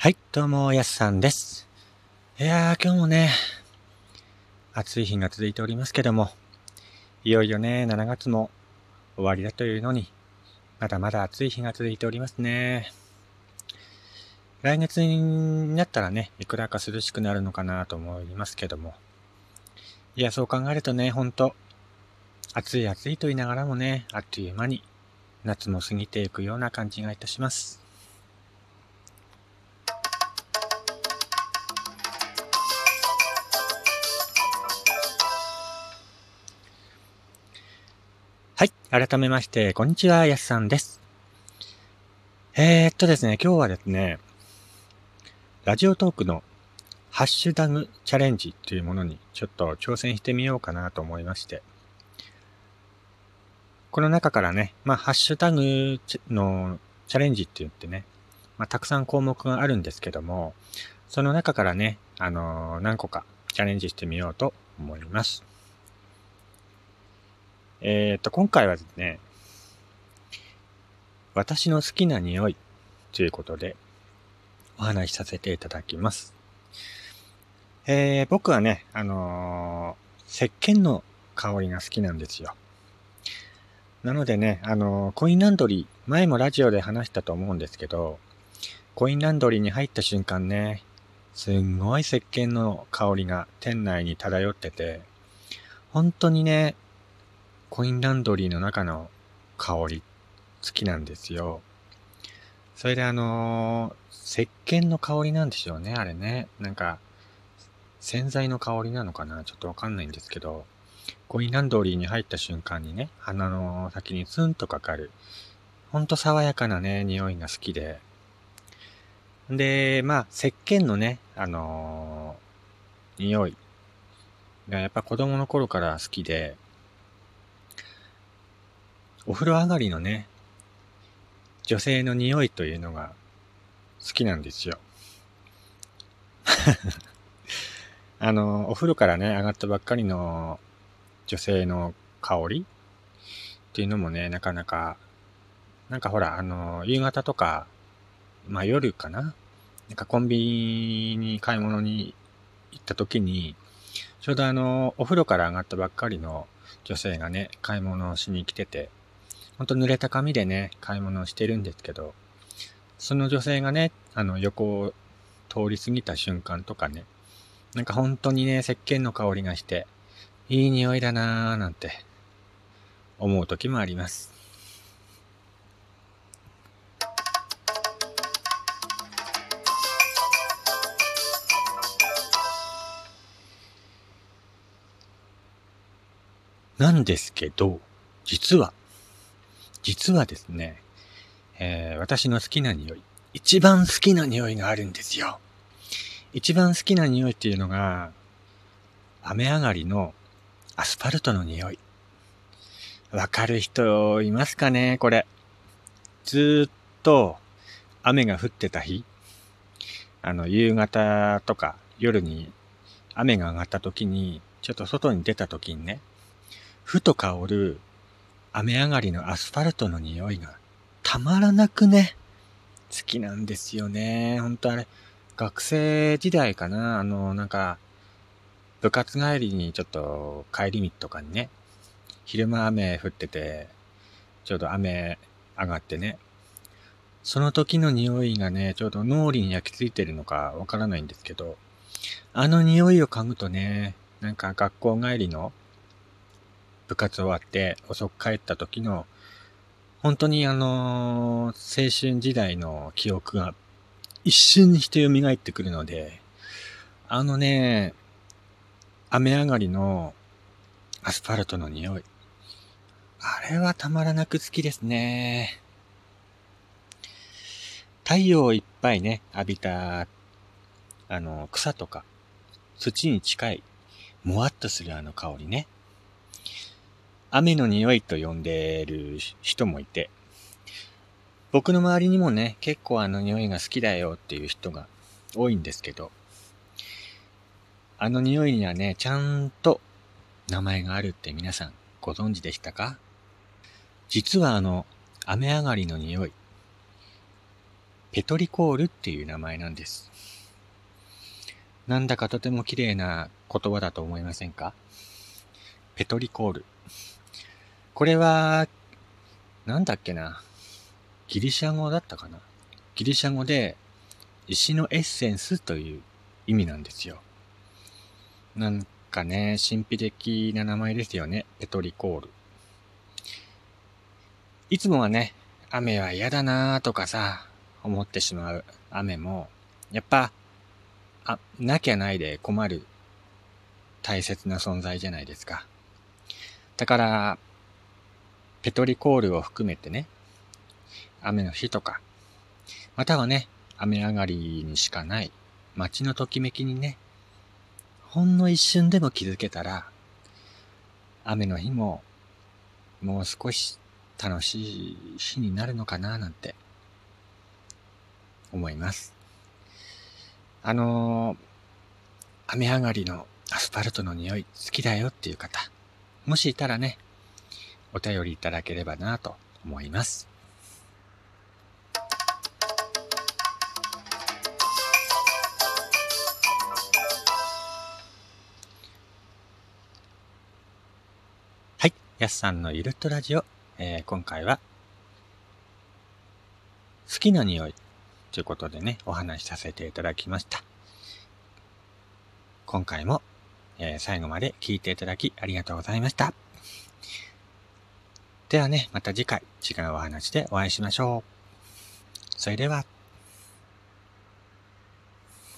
はい、どうも、やすさんです。今日もね、暑い日が続いておりますけども、いよいよね、7月も終わりだというのに、まだまだ暑い日が続いておりますね。来月になったらね、いくらか涼しくなるのかなと思いますけども、そう考えるとね、ほんと、暑い暑いと言いながらもね、あっという間に夏も過ぎていくような感じがいたします。はい、改めまして、こんにちは、やすさんです。ですね、今日はですね、ラジオトークのハッシュタグチャレンジというものにちょっと挑戦してみようかなと思いまして、この中からね、ハッシュタグのチャレンジって言ってね、たくさん項目があるんですけども、その中からね、何個かチャレンジしてみようと思います。今回はですね、私の好きな匂いということでお話しさせていただきます。僕はね、石鹸の香りが好きなんですよ。なのでね、コインランドリー、前もラジオで話したと思うんですけど、コインランドリーに入った瞬間ね、すんごい石鹸の香りが店内に漂ってて、本当にね、コインランドリーの中の香り、好きなんですよ。それで石鹸の香りなんでしょうね、あれね。なんか、洗剤の香りなのかな、ちょっとわかんないんですけど、コインランドリーに入った瞬間にね、鼻の先にツンとかかる、ほんと爽やかなね、匂いが好きで。で、石鹸のね、匂いがやっぱ子供の頃から好きで、お風呂上がりのね、女性の匂いというのが好きなんですよ。お風呂からね、上がったばっかりの女性の香りっていうのもね、なかなか、なんかほら、夕方とか、夜かな、なんかコンビニ買い物に行った時に、ちょうどお風呂から上がったばっかりの女性がね、買い物をしに来てて、ほんと濡れた髪でね、買い物をしてるんですけど、その女性がね、横を通り過ぎた瞬間とかね、なんか本当にね、石鹸の香りがして、いい匂いだなーなんて思う時もあります。なんですけど、実はですね、私の好きな匂い、一番好きな匂いがあるんですよ。一番好きな匂いっていうのが、雨上がりのアスファルトの匂い。わかる人いますかねこれ。ずーっと雨が降ってた日、夕方とか夜に雨が上がった時に、ちょっと外に出た時にね、ふと香る雨上がりのアスファルトの匂いがたまらなくね、好きなんですよね。ほんとあれ、学生時代かな、なんか、部活帰りにちょっと帰り道とかにね、昼間雨降ってて、ちょうど雨上がってね、その時の匂いがね、ちょうど脳裏に焼き付いてるのかわからないんですけど、あの匂いを嗅ぐとね、なんか学校帰りの部活終わって遅く帰った時の、本当に青春時代の記憶が一瞬にして蘇ってくるので、あのね、雨上がりのアスファルトの匂い。あれはたまらなく好きですね。太陽をいっぱいね、浴びた、草とか、土に近い、もわっとするあの香りね。雨の匂いと呼んでる人もいて、僕の周りにもね、結構あの匂いが好きだよっていう人が多いんですけど、あの匂いにはね、ちゃんと名前があるって皆さんご存知でしたか？実は雨上がりの匂い、 ペトリコールっていう名前なんです。なんだかとても綺麗な言葉だと思いませんか？ペトリコール。これは、なんだっけな。ギリシャ語だったかな。ギリシャ語で石のエッセンスという意味なんですよ。なんかね、神秘的な名前ですよね。ペトリコール。いつもはね、雨は嫌だなーとかさ、思ってしまう雨も、やっぱ、なきゃないで困る大切な存在じゃないですか。だから、ペトリコールを含めてね、雨の日とか、またはね、雨上がりにしかない街のときめきにね、ほんの一瞬でも気づけたら、雨の日ももう少し楽しい日になるのかななんて思います。雨上がりのアスファルトの匂い好きだよっていう方、もしいたらね、お便りいただければなと思います。はい、やすさんのゆるっとラジオ、今回は好きな匂いということでね、お話しさせていただきました。今回も、最後まで聞いていただきありがとうございました。ではね、また次回違うお話でお会いしましょう。それでは。